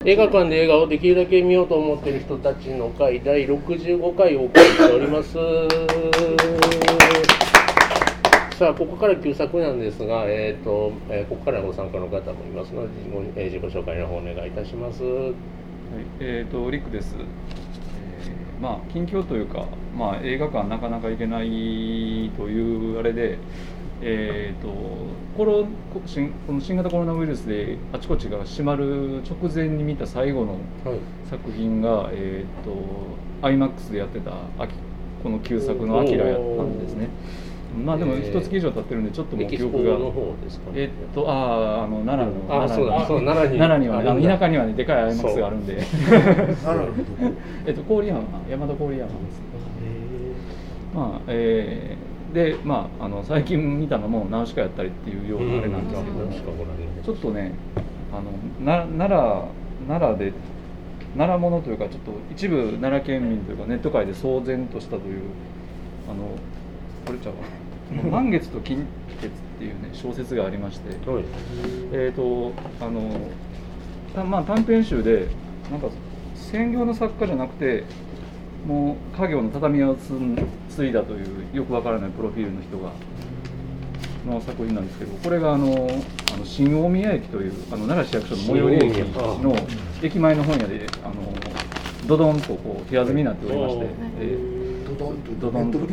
映画館で映画をできるだけ見ようと思っている人たちの会第65回をお送りしております。さあここから旧作なんですが、ここからご参加の方もいますので自己紹介の方お願いいたします。はい、 リックです。近況というか、映画館なかなか行けないというあれで、この新型コロナウイルスであちこちが閉まる直前に見た最後の作品が、IMAX でやってたこの旧作の「アキラ」やったんですね。でも一月以上経ってるんでちょっともう記憶が、奈良にはね、田舎にはねでかい IMAX があるんで郡山、大和郡山です。最近見たのもナウシカやったりっていうようなあれなんですけど、ちょっとね奈良ものというか、ちょっと一部奈良県民というかネット界で騒然としたというこれちゃう満月と金月っていうね小説がありまして、短編集でなんか専業の作家じゃなくてもう家業の畳屋を継いだというよくわからないプロフィールの人がの作品なんですけど、これが新大宮駅という奈良市役所の最寄り駅の駅前の本屋でドドンとこう手厚みになっておりまして、ドドンと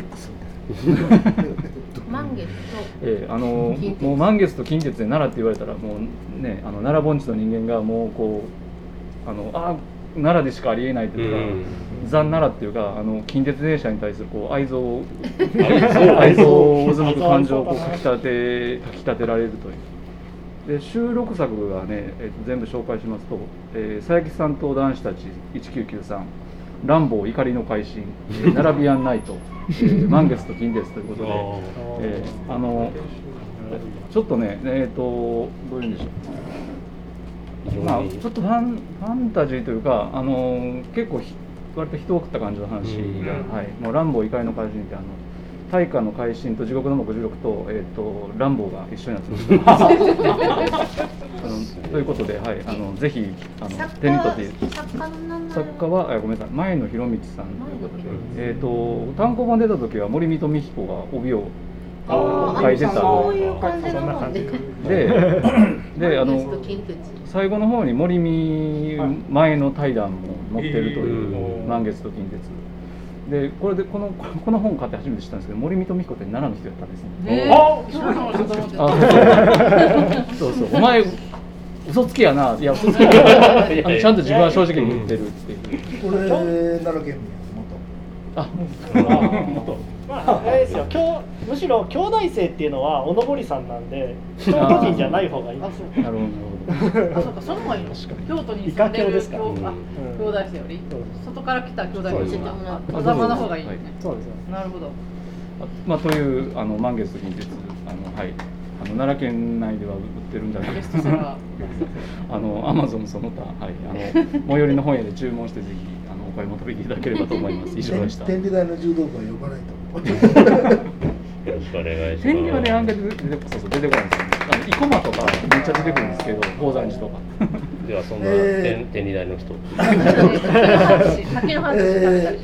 満月ともう満月と金月で奈良って言われたらもうね奈良盆地の人間がもうこう奈良でしかありえないというか、残奈良っていうか近鉄電車に対するこう愛憎を渦巻く感情をこうかき立てられるという。で収録作がね、全部紹介しますと、佐伯さんと男子たち1993、ランボー怒りの改心、ナラビアンナイト、満月と金月ということで、ちょっとね、どういうんでしょう。ちょっとファンタジーというか、結構割と人を食った感じの話が、もうランボー怒りの改心って大化の改心と地獄の黙示録と、ランボーが一緒になってますということで、ぜひ手に取って作家はごめんなさい、前野博道さんということで、単行本出た時は森見と美彦が帯を書いてたそういう感じの本で最後の方に森見前の対談も載ってるという満月と金月で、これでこの本買って初めて知ったんですけど、森見と美彦って奈良の人やったんですね。そうお前嘘つきやな、いや嘘つきやなちゃんと自分は正直に言ってるっていう。 これ奈良県民元あれですよ、むしろ兄弟生っていうのは小野堀さんなんで京都人じゃない方がいいんですよ。 なるほど。 そうか、その方がいいの。京都に住んでる兄弟生より外から来た兄弟生より小玉の方がいいね。 そうですよ。 なるほど。 という満月と金月、奈良県内では売ってるんじゃないですか。Amazon その他、最寄りの本屋で注文してぜひお買い求めていただければと思います。以上でした。 天理大の柔道部は呼ばないと思う。 よろしくお願いします。 天理はね、案外出てこないんですよね。生駒とかめっちゃ出てくるんですけど、宝山寺とか。 ではそんな天理大の人。 竹の話食べたり。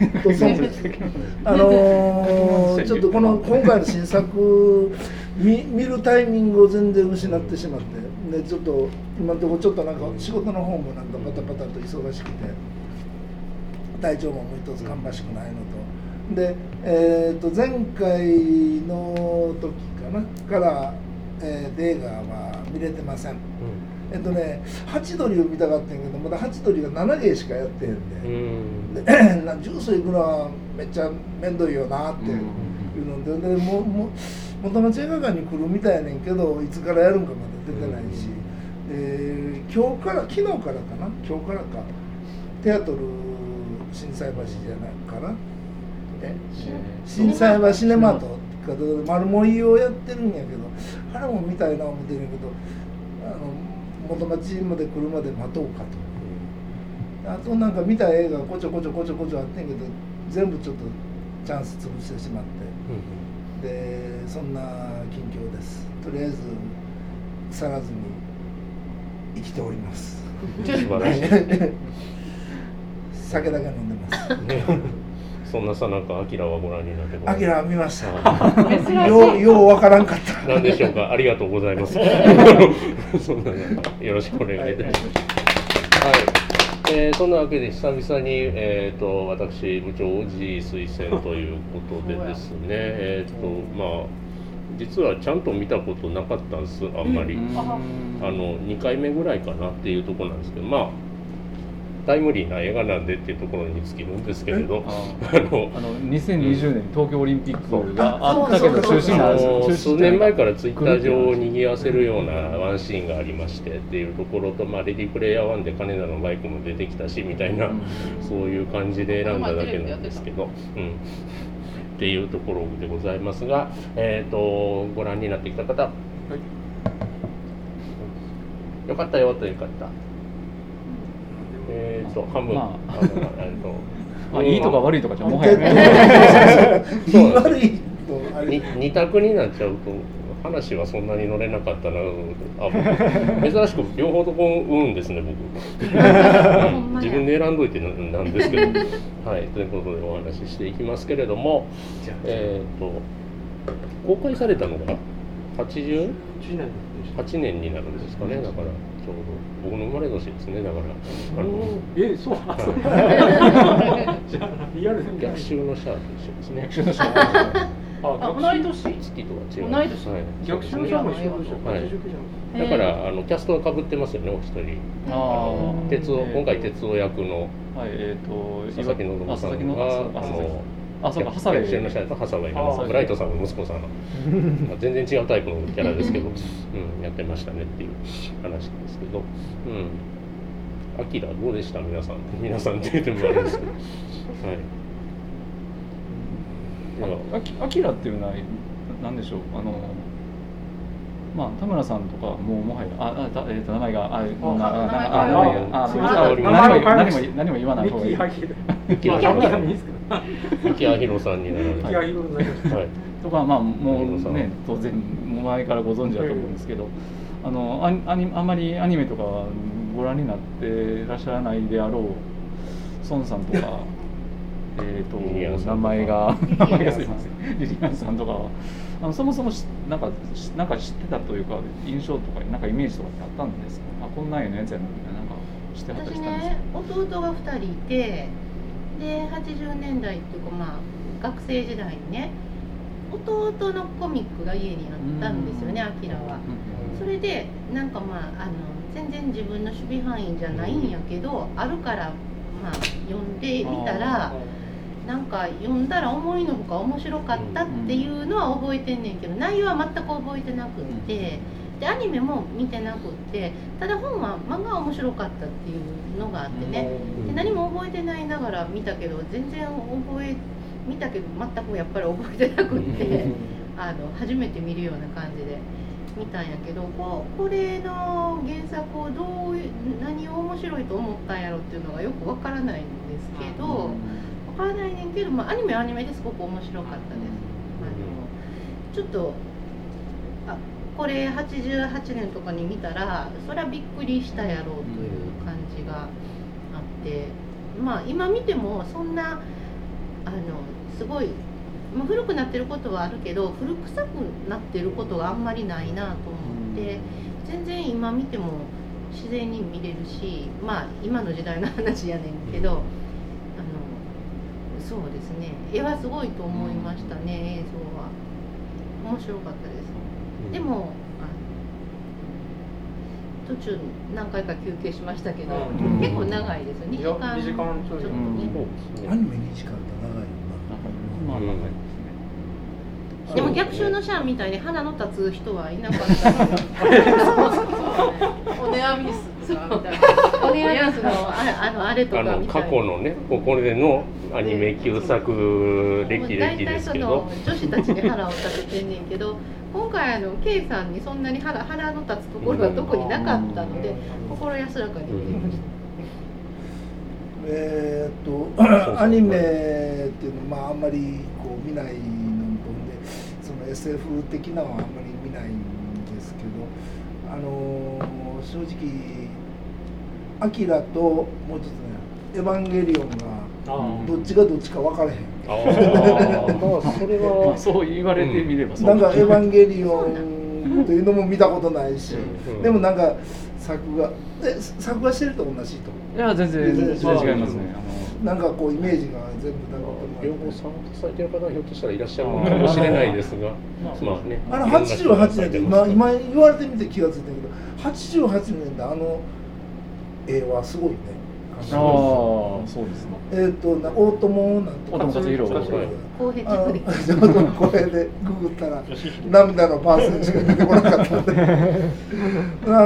ちょっと今回の新作見るタイミングを全然失ってしまって、でちょっと今のところちょっとなんか仕事の方もなんかパタパタと忙しくて体調も一つ芳しくないのと、で、前回の時から、映画は見れてません。ハチドリを見たかったんやけど、まだハチドリが7芸しかやってんで、重曹行くのはめっちゃ面倒いよなっていうので、元町映画館に来るみたいやねんけど、いつからやるんかまだ出てないし、昨日からかテアトル心斎橋じゃないかな、心斎橋シネマとかで丸森をやってるんやけど、あれも見たいな思ってるんやけど、元町まで来るまで待とうかと。あとなんか見た映画こちょこちょあってんけど、全部ちょっとチャンス潰してしまって、でそんな近況です。とりあえず腐らずに生きております。 素晴らしい。 酒だけ飲んでます。 そんなさなか、アキラはご覧になってアキラ見ました。 珍しい。 ようわからんかった。 何でしょうか。ありがとうございます。そんなよろしくお願いいたします。はい。そんなわけで久々に私部長おじい推薦ということでですね。まあ実はちゃんと見たことなかったんです。あんまり2回目ぐらいかなっていうところなんですけど、まあ。タイムリーな映画なんでっていうところに尽きるんですけれど、 2020年東京オリンピックがあったけど中止になる。 数年前からツイッター上を賑わせるようなワンシーンがありましてっていうところと、まあレディープレイヤー1で金田のバイクも出てきたしみたいな、そういう感じで選んだだけなんですけど、っていうところでございますが、ご覧になってきた方、よかったよとよかった。半分、 いいとか悪いとかじゃもはや 2択になっちゃうと話はそんなに乗れなかったな。珍しく両方ともですね僕。自分で選んどいてなんですけど、はい、ということでお話ししていきますけれども、公開されたのが88年になるんですかね。だからちょうど僕の生まれ年ですね。だからそうじゃあリアルで逆襲のシャアと一緒ですね。 逆襲のシャア。 同い年？ 月とは違う。 同い年。 逆襲のシャアも一緒でしょ。 だからキャストは被ってますよね。お一人。今回鉄夫役の佐々木希さんがそうか、ハサウェイ。 逆襲のシャアとハサウェイのブライトさんの息子さん。全然違うタイプのキャラですけど、やってましたねっていう話なんですけど、アキラどうでした皆さんって言ってもらうんですけど、 アキラっていうのは何でしょう。まあ田村さんとかもはや名前が何も言わない方がいい。 三木明宏さんになられる。 とかまあもうね当然前からご存知だと思うんですけど、あんまりアニメとかご覧になってらっしゃらないであろう孫さんとか名前がすいませんリリアンさんとかはそもそもなんか知ってたというか印象とかなんかイメージとかってあったんですか。こんなようなやつやなみたいな、なんか知ってはったりしたんですか。 弟が2人いて、で80年代っていうかまあ学生時代にね弟のコミックが家にあったんですよね、アキラは。それでなんかまあ全然自分の守備範囲じゃないんやけど、あるからまあ読んでみたらなんか読んだら思いのほか面白かったっていうのは覚えてんねんけど、内容は全く覚えてなくって、でアニメも見てなくって、ただ本は漫画は面白かったっていうのがあってね、で何も覚えてないながら見たけど全然見たけど全くやっぱり覚えてなくって初めて見るような感じで見たんやけど、これの原作を何を面白いと思ったんやろっていうのがよくわからないんですけど、わからないねんけど、まあ、アニメはアニメですごく面白かったです。ちょっとこれ88年とかに見たらそりゃびっくりしたやろうという感じがあって、まあ今見てもそんなすごい、まあ、古くなってることはあるけど古臭くなってることがあんまりないなと思って、全然今見ても自然に見れるし、まあ今の時代の話やねんけど、そうですね、絵はすごいと思いましたね。映像は面白かったです。でも途中何回か休憩しましたけど、結構長いですよ。2時間ちょっとね。 アニメ2時間って長いよな。 でも逆襲のシャアみたいに鼻の立つ人はいなかった。 オネアミスとかみたいな。 オネアミスのあれとかみたいな。 過去のね、これでのアニメ旧作歴ですけど。 大体女子たちに腹を立ててんねんけど、今回K さんにそんなに腹の立つところが特になかったので、心安らかに見てました。 アニメっていうのは、まあ、あんまりこう見ないので、その SF 的なのはあんまり見ないんですけど、正直アキラともう一つねエヴァンゲリオンがどっちがどっちか分からへん。 まあそれはそう言われてみればそうなんかエヴァンゲリオンというのも見たことないし、でもなんか作画してると同じと。 いや全然違いますね。 なんかこうイメージが全部なんか両方参加されてる方がひょっとしたらいらっしゃるのかもしれないですが、まあね。 88年で今言われてみて気がついたけど、88年で絵はすごいね。 ああそうですね。 大友なんとか。 大友克洋。 公平地区で。 これでググったら涙のパーセンしか出てこなかったんで。大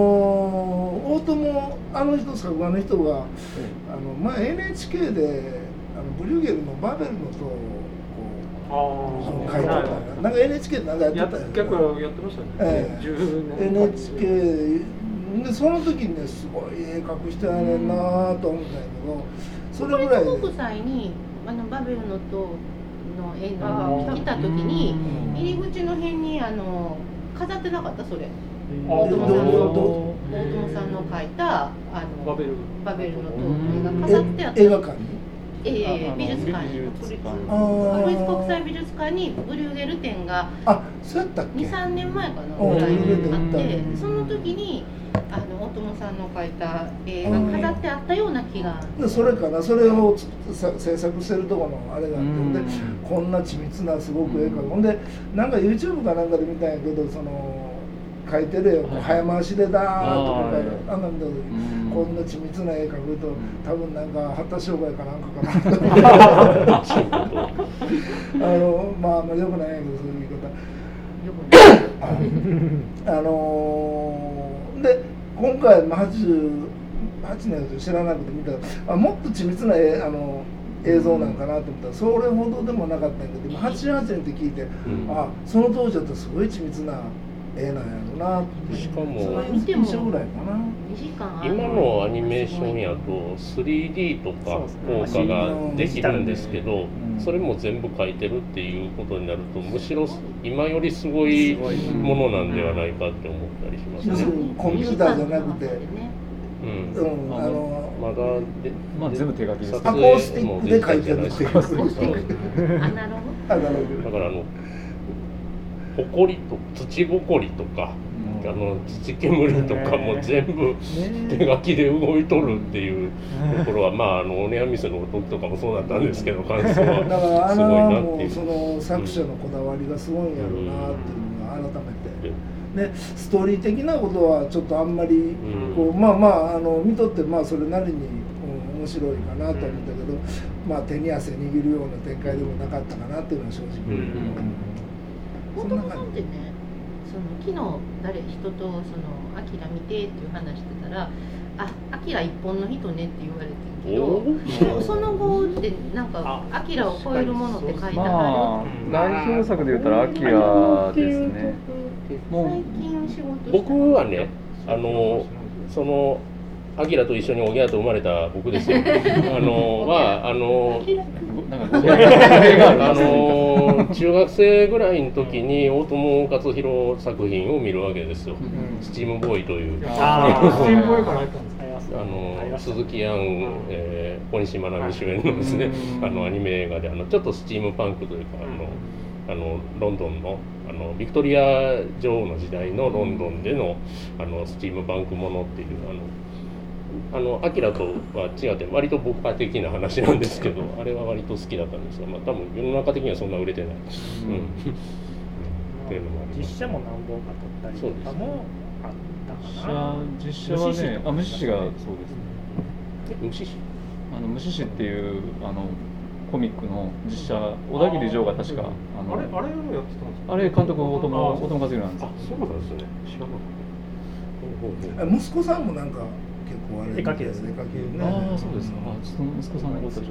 友作画の人が前 NHK でブリューゲルのバベルの塔を書いてたなんか NHK でなんかやってたよね。 結構やってましたね。 NHK でその時にねすごい絵描く人やねんなと思ったんやけど、それぐらい国際にバベルの塔の絵が来た時に入り口の辺に飾ってなかったそれ。大友さんの描いたバベルの塔の絵が飾ってあった。 映画館に？ 美術館に。国立国際美術館にブリューゲル展がそうやったっけ 2、3年前かなぐらいにあって、その時に大友さんの描いた絵が飾ってあったような気が。 それかな、それを制作してるところのあれがあって、でこんな緻密なすごく絵描く。ほんでなんか YouTube かなんかで見たんやけど、描いてる絵を早回しでダーッと描いてこんな緻密な絵描くと多分なんか発達障害かなんかかなまああんまりよくないんやけどそういう言い方で今回88年と知らなくて見たらもっと緻密な映像なんかなと思ったらそれほどでもなかったんやけど88年って聞いて、その当時だったらすごい緻密な絵なんやろなって。 しかも見ても一緒ぐらいかな。 今のアニメーションやと 3D とか効果ができるんですけど、それも全部描いてるっていうことになるとむしろ今よりすごいものなんではないかって思ったりしますね。 コンピューターじゃなくてまだで全部手書きです。 アコースティックで描いてるっていうアナログだからほこりと土ぼこりとか土煙とかも全部手書きで動いとるっていうところはまあオネアミスの時とかもそうだったんですけど感想はだからすごいなっていう。 その作者のこだわりがすごいんやろうなっていうのが改めて。でストーリー的なことはちょっとあんまりこう見とってそれなりに面白いかなと思ったけど、手に汗握るような展開でもなかったかなっていうのは正直。 大友さんってね、昨日人とアキラ見てっていう話してたら、アキラ一本の人ねって言われてるけど、その後ってなんかアキラを超えるものって書いてある。 代表作で言ったらアキラですね。 最近仕事僕はねアキラと一緒におぎやと生まれた僕ですよ。中学生ぐらいの時に大友克洋作品を見るわけですよ。スチームボーイという鈴木杏、小西真奈美主演のですねアニメ映画でちょっとスチームパンクというかロンドンのビクトリア女王の時代のロンドンでのスチームパンクものっていうアキラとは違って割と僕的な話なんですけど、あれは割と好きだったんですが、多分世の中的にはそんな売れてない。 実写も何本か撮ったりとかもあったかな。 実写はね、虫師がそうですね。 虫師？ 虫師っていうコミックの実写、小田切丈が確かあれをやってたんですか？ あれ監督大友克洋なんです。 そうなんですね。知らなかった。 息子さんもなんか結構絵描きですね。 そうですか。息子さんのことでしょ。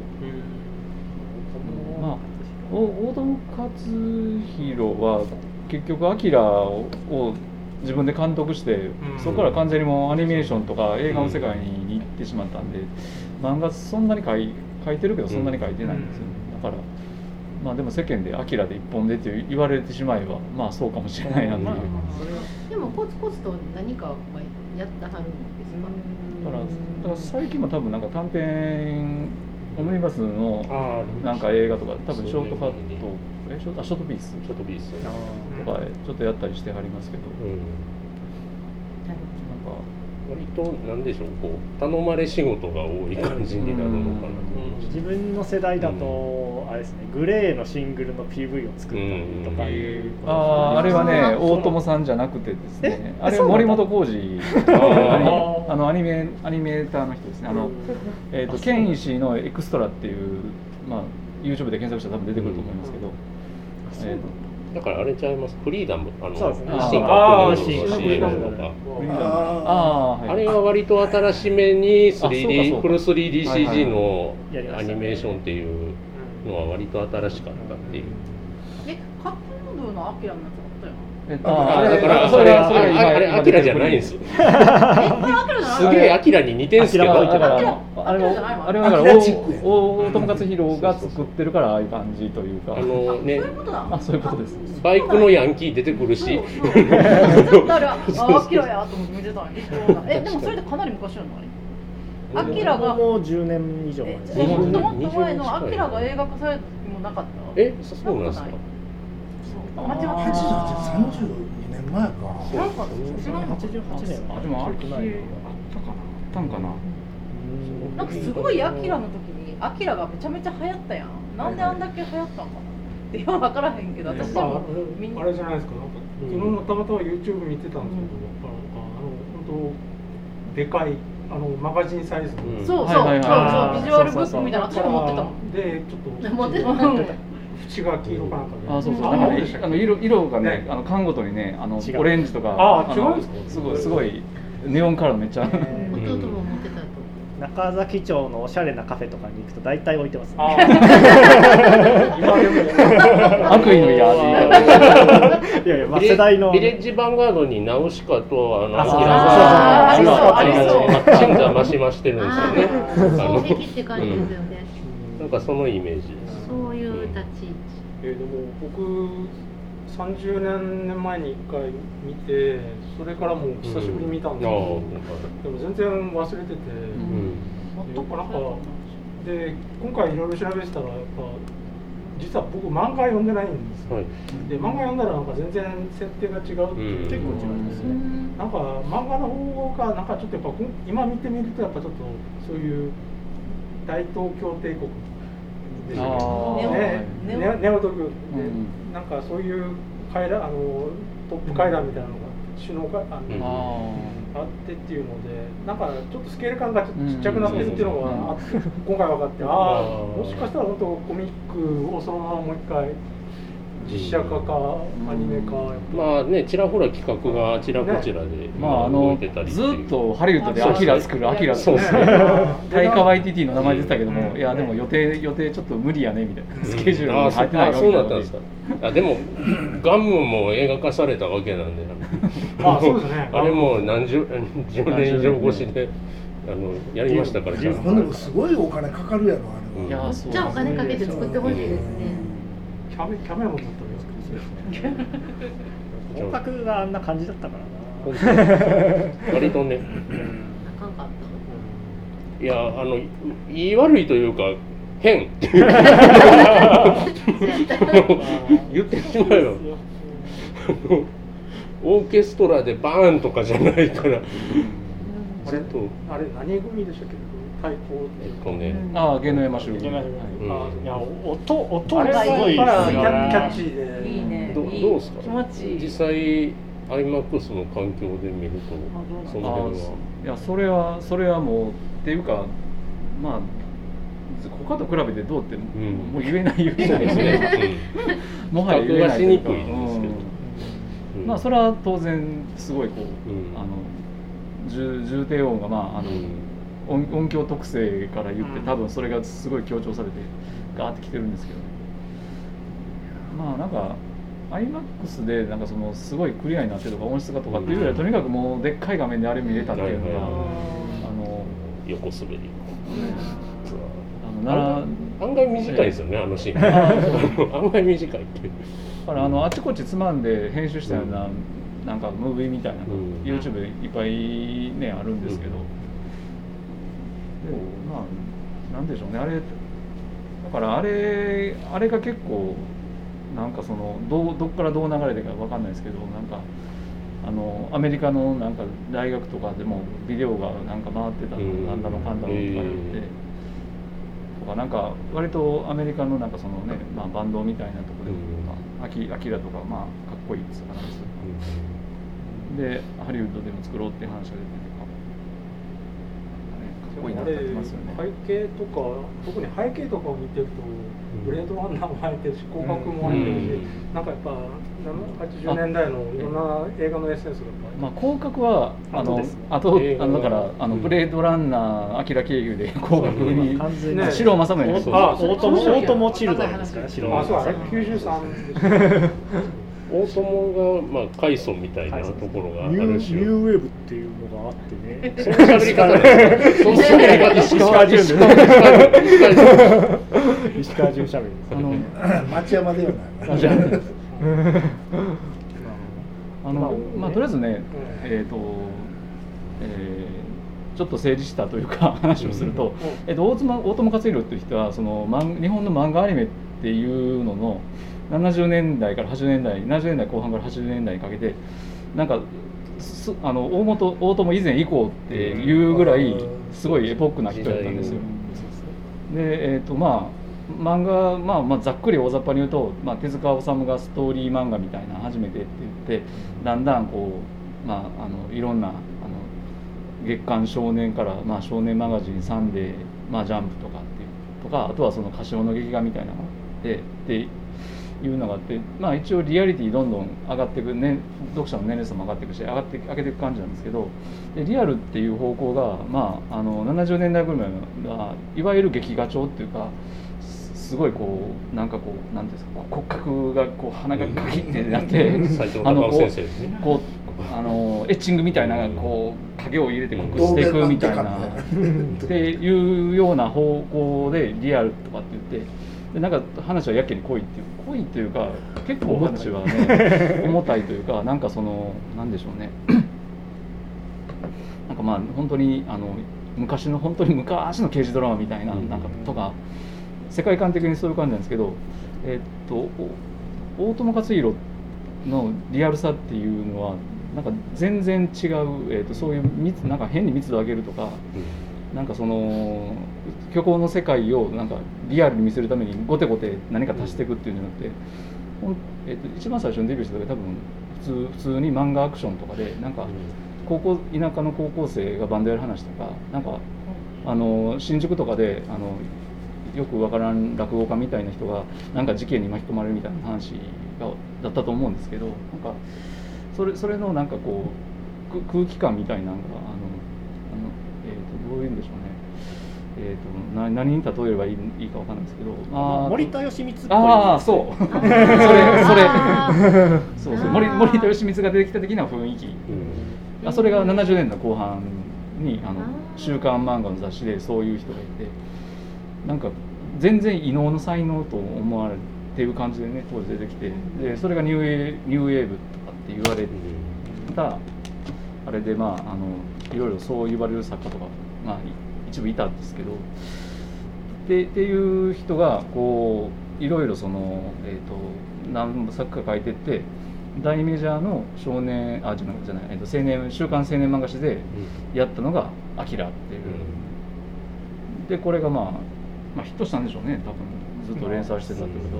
大友克洋は結局アキラを自分で監督して、そこから完全にもうアニメーションとか映画の世界に行ってしまったんで、漫画そんなに描いてるけどそんなに描いてないんですよね。だからでも世間でアキラで一本でって言われてしまえばそうかもしれないなっていう。 でもコツコツと何かはやってはるんですか？ だから最近も多分なんか短編オムニバスのなんか映画とか多分ショートカットショートピースとかちょっとやったりしてはりますけど、なんか割となんでしょう、こう頼まれ仕事が多い感じになるのかな。 自分の世代だとあれですね、グレーのシングルの PV を作ったりとかいう、 あれはね大友さんじゃなくてですね、あれ森本浩二アニメーターの人ですね。ケンイシのエクストラっていう、まあ YouTube で検索したら多分出てくると思いますけど、 だからあれちゃいます、フリーダム、 そうですね、 新学の CM とか、あれは割と新しめにフル 3DCG のアニメーションっていうのは割と新しかったっていう。 カップヌードルのアキラのやつあったよ。 だからそれアキラじゃないんです。すげえアキラに似てんすけど、 あれはだから大友克洋が作ってるからああいう感じというか、 ね、 そういうことです。 バイクのヤンキー出てくるし、 だからアキラやと思って見てたのに。でもそれってかなり昔なの？アキラがもう10年以上前です。 もっと前のアキラが映画化されてもなかった？ そうなんですか。 32年前か。 なんか88年でもあったんかな。 なんかすごいアキラの時にアキラがめちゃめちゃ流行ったやん。なんであんだけ流行ったんかなってよく分からへんけど、私でもみんなあれじゃないですか。なんか昨日もたまたま YouTube 見てたんですけど、本当でかいマガジンサイズの、 そうビジュアルブックみたいな私も持ってたもん。 でちょっと持ってた。 縁が黄色かなんかで、 そうだから色がね、缶ごとにね、オレンジとか、 違うんですか？ すごいネオンカラーめっちゃ。 弟も持ってたと。 中崎町のおしゃれなカフェとかに行くと大体置いてますね。 今でも悪意のやいや世代のビレッジヴァンガードにナウシカとあ鎮座マシマしてるんですよね。 衝撃って感じですよね。 なんかそのイメージです。 そういう立ち位置。 でも僕30年前に1回見て、それからも久しぶりに見たんですけど、でも全然忘れてて、で今回いろいろ調べてたらやっぱ実は僕漫画読んでないんですよ。で漫画読んだらなんか全然設定が違うっていう、 結構違いますね。 なんか漫画の方がなんかちょっとやっぱ今見てみるとやっぱちょっとそういう大東京帝国でしたけど、ネオトルなんかそういうトップ階段みたいなのが首脳があってっていうので、なんかちょっとスケール感がちょっとちっちゃくなってるっていうのが今回分かって、もしかしたら本当コミックをそのままもう一回実写化かアニメ化、 まあね、ちらほら企画があちらこちらで動いてたり、 ずっとハリウッドでアキラ作るアキラそうですね。タイカワイティティの名前出てたけども、いやでも予定ちょっと無理やねみたいな、スケジュールに入ってないよ。 そうだったんですか。でもガムも映画化されたわけなんで、 そうですね。 あれも10年以上越しでやりましたから。 でもすごいお金かかるやろあれは。 めっちゃお金かけて作ってほしいですね。 キャメラも撮ったんですけど、 音楽があんな感じだったからな。 割とね。 あかんかった。 いや言い悪いというか変。言ってしまえば。オーケストラでバーンとかじゃないから。 あれ何組でしたっけ？太鼓っていうかね。 芸能山城。 いや音がすごいキャッチーで。 いいね。 どうですか？ 気持ちいい。 実際IMAX の環境で見るとその辺は。 いやそれはもうっていうかまあ他と比べてどうってもう言えないですね。もはや言えない。しにくいんですけど。まあそれは当然すごいこう重低音が音響特性から言って多分それがすごい強調されてガーってきてるんですけどね。まあなんか IMAX でなんかそのすごいクリアになってるとか音質がとかっていうよりはとにかくもうでっかい画面であれ見れたっていうのが横滑り。 案外短いですよね、あのシーン。案外短いっていう。 だからあちこちつまんで編集したようななんかムービーみたいなのが YouTube でいっぱいねあるんですけど、でもまあなんでしょうね、あれだからあれが結構なんかそのどっからどう流れてるか分かんないですけど、なんかアメリカのなんか大学とかでもビデオがなんか回ってたの、なんだのかんだのとか言って、とかなんか割とアメリカのなんかそのね、まあ、バンドみたいなところでも、アキラとかまあかっこいいですからね、でハリウッドでも作ろうっていう話が出てて、かっこいいなって思いますよね。 背景とか、特に背景とかを見てると、ブレードランナーも入ってるし、広角も入ってるし、なんかやっぱ80年代のいろんな映画のエッセンスがまあ広角はあだからブレードランナーアキラ経由で広角に白正宗です。 大友チルドレンですかね。 あ、そうだね。93 大友がまあカイソンみたいなところがあるし、 ニューウェーブっていうのがあってね。 その喋り方で、その喋り方石川純しゃべりです。 町山ではない。 まあとりあえずね、ちょっと政治したというか話をすると、大友克洋っていう人はその日本の漫画アニメっていうのの70年代から80年代、70年代後半から80年代にかけてなんか大友以前以降っていうぐらいすごいエポックな人だったんですよ。でまあ漫画、まあざっくり大雑把に言うと、まあ、手塚治虫がストーリー漫画みたいな初めてって言って、だんだんこう、まあ、いろんな月刊少年から、まあ、少年マガジンサンデー、まあ、ジャンプとかっていうとか、あとはその歌唱の劇画みたいなのでっていうのがあって、まあ、一応リアリティどんどん上がっていく、ね、読者の年齢層も上がっていくし上げていく感じなんですけど、でリアルっていう方向が、まあ、70年代ぐらいはいわゆる劇画調っていうか、すごいこうなんかこうなんですか、骨格がこう鼻がガキってなってこうエッチングみたいなこう影を入れて濃くしていくみたいなっていうような方向でリアルとかって言って、でなんか話はやけに濃いっていうか、結構話はね重たいというか、なんかそのなんでしょうねなんかまあ本当に昔の刑事ドラマみたいな、なんかとか世界観的にそういう感じなんですけど、大友克洋のリアルさっていうのはなんか全然違う、そういうなんか変に密度を上げるとか、なんかその虚構の世界をなんかリアルに見せるためにゴテゴテ何か足していくっていうんじゃなくて、一番最初にデビューした時多分普通に漫画アクションとかでなんか田舎の高校生がバンドやる話とか、なんか新宿とかでよくわからん落語家みたいな人がなんか事件に巻き込まれるみたいな話だったと思うんですけど、なんかそれのなんかこう空気感みたいなのがどういうんでしょうね、何に例えればいいかわかんないですけど、 森田義満っぽい。 そうそう森田義満が出てきた的な雰囲気、それが70年代後半に週刊漫画の雑誌でそういう人がいて、なんか全然異能の才能と思われている感じでね当時出てきて、でそれがニューウェーブとかって言われたあれで、まあいろいろそう言われる作家とか、まあ、一部いたんですけど、っていう人がこういろいろその何作か書いてって大メジャーの少年青年週刊青年漫画誌でやったのが「アキラ」っていう、でこれがまあヒットしたんでしょうね、多分ずっと連載してたってことは。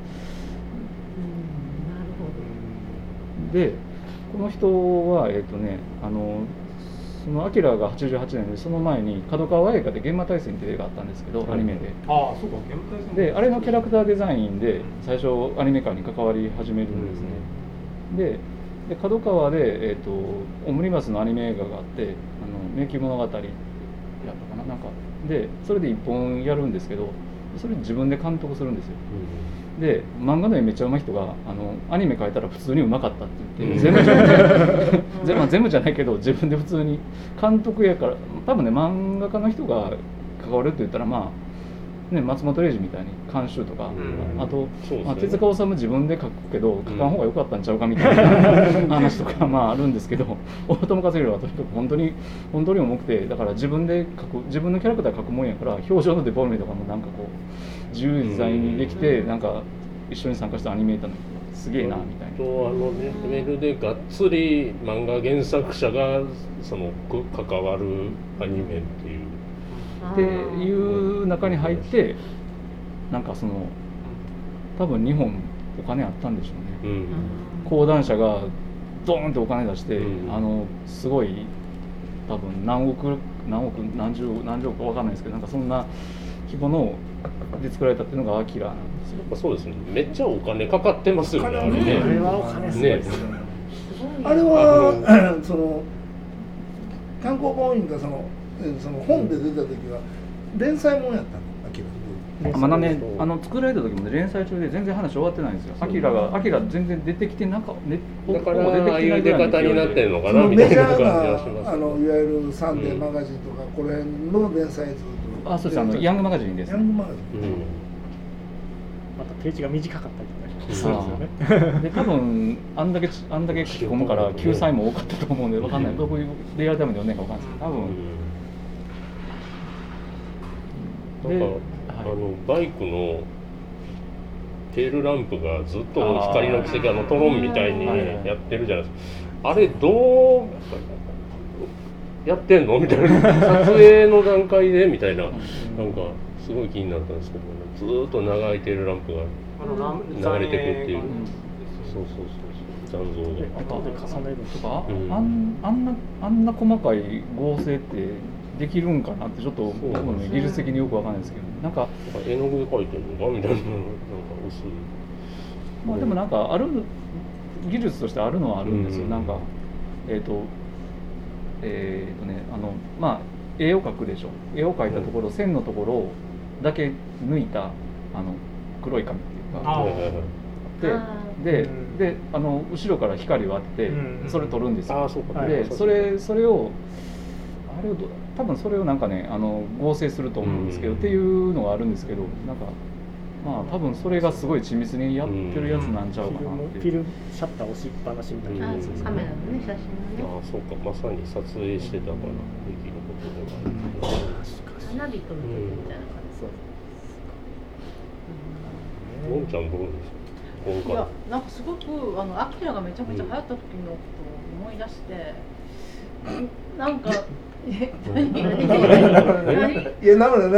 なるほど。 でこの人はそのアキラが88年で、その前に角川映画で「幻魔大戦」っていう映画あったんですけど、アニメで。 ああ、そうか、幻魔大戦であれのキャラクターデザインで最初アニメ化に関わり始めるんですね。で角川でオムニバスのアニメ映画があって「迷宮物語」やったかな、なんかでそれで一本やるんですけど、それ自分で監督するんですよ。で漫画の絵めっちゃ上手い人がアニメ描いたら普通に上手かったって言って、全部じゃないけど自分で普通に監督やから、多分ね漫画家の人が関わるって言ったらまあね、松本零士みたいに監修とか、あと、まあ、手塚治虫自分で書くけど書かん方が良かったんちゃうかみたいな話とかまああるんですけど、大友克洋はとにかく本当に重くて、だから自分で書く、自分のキャラクター書くもんやから、表情のデフォルメとかもなんかこう自由自在にできて、なんか一緒に参加したアニメーターの人すげえなみたいな。 メールでがっつり漫画原作者がその関わるアニメっていう。 っていう中に入って、なんかその多分日本お金あったんでしょうね、講談社がドーンってお金出して、すごい多分何億何十億か分かんないですけど、なんかそんな規模ので作られたっていうのがアキラなんですよ。 やっぱそうですね、めっちゃお金かかってますよね、あれね。 あれはお金すごいですよね。 あれはその単行本員がその本で出た時は連載もんやったの、アキラ。 まだね、作られた時もね、連載中で全然話終わってないんですよ。アキラ全然出てきてなんか、ね、 だからああいう出方になってるのかなみたいな感じがします。 いわゆるサンデーマガジンとかこの辺の連載ずっと。 あ、そうです。ヤングマガジンです。 ヤングマガジン。 またページが短かったりとかするんですよね。で多分あんだけ書き込むから救済も多かったと思うんで、わかんない。どういうリアルタイムで読んでるかわかんないですけど、多分。 なんかバイクのテールランプがずっと光の軌跡、トロンみたいにやってるじゃないですか。あれどうやってんのみたいな、撮影の段階でみたいな、なんかすごい気になったんですけど、ずっと長いテールランプが流れてくっていう、そう残像で後で重ねるとか、あんな細かい合成ってできるんかなってちょっと僕もね技術的によくわかんないですけど、なんか絵の具で描いてるのかみたいな、なんか薄い。 まあでもなんかある技術としてあるのはあるんですよ。なんかまあ絵を描くでしょ。絵を描いたところ、線のところだけ抜いた黒い紙っていうか。で後ろから光を当ててそれ撮るんですよ。でそれを多分それをなんかね合成すると思うんですけど、っていうのがあるんですけど、なんかまあ多分それがすごい緻密にやってるやつなんちゃうかなっていう。 フィルムシャッター押しっぱなしみたいなやつですね。 カメラのね、写真のね。 そうか、まさに撮影してたからできることではある。 花火撮る時みたいな感じ。 のんちゃんどうですか？ いや、なんかすごくアキラがめちゃめちゃ流行った時のことを思い出して、なんか何？ いや、なんも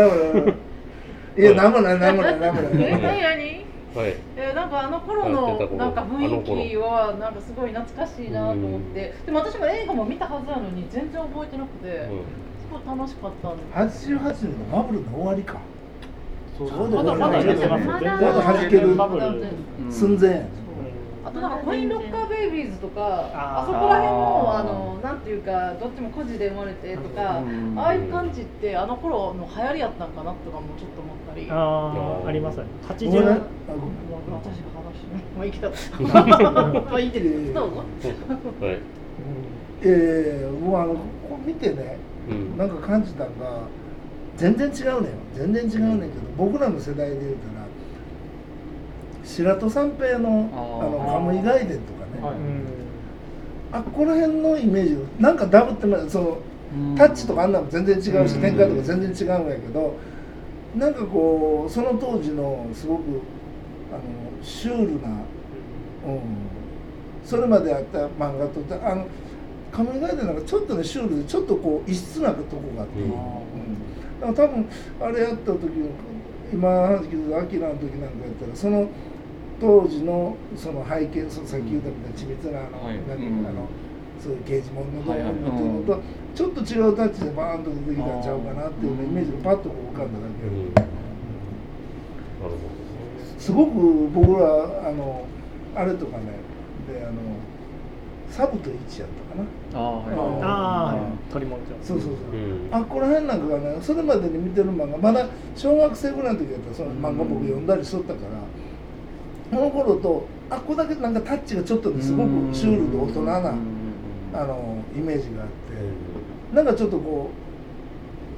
ないはい、 なんかあの頃のなんか雰囲気はなんかすごい懐かしいなと思って、でも私も映画も見たはずなのに全然覚えてなくて、すごい楽しかったんです。 88年のバブルの終わりか。 まだ出てます。 まだ弾ける寸前。 あとなんかコインロッカーベイビーズとか、あそこら辺もなんていうかどっちも孤児で生まれてとか、ああいう感じってあの頃の流行りやったんかなとかもちょっと思ったり。 ありますね。 80年。私が話まあ生きた。まあいいですどうぞ。 はい。 もうこう見てね、なんか感じたのが全然違うねん。全然違うねんけど、僕らの世代で言うたら白戸三平のカムイ外伝とかね、あこの辺のイメージなんかダブってます。そのタッチとかあんなの全然違うし、展開とか全然違うんやけど、なんかこうその当時のすごくシュールな、それまであった漫画とカムイ外伝なんかちょっとねシュールでちょっとこう異質なとこがあって、だから多分あれやった時今話聞くとアキラの時なんかやったらその当時のその背景、さっき言ったみたいな緻密なそういう刑事物ののとちょっと違うタッチでバーンと出てきたんちゃうかなっていうイメージがパッと浮かんだだけ。すごく僕らあれとかねでサブと1やったかな。 鳥物そう。この辺なんかがね、それまでに見てる漫画、まだ小学生ぐらいの時だったらその漫画僕読んだりしとったから、この頃とここだけなんかタッチがちょっとすごくシュールで大人なイメージがあって、なんかちょっとこう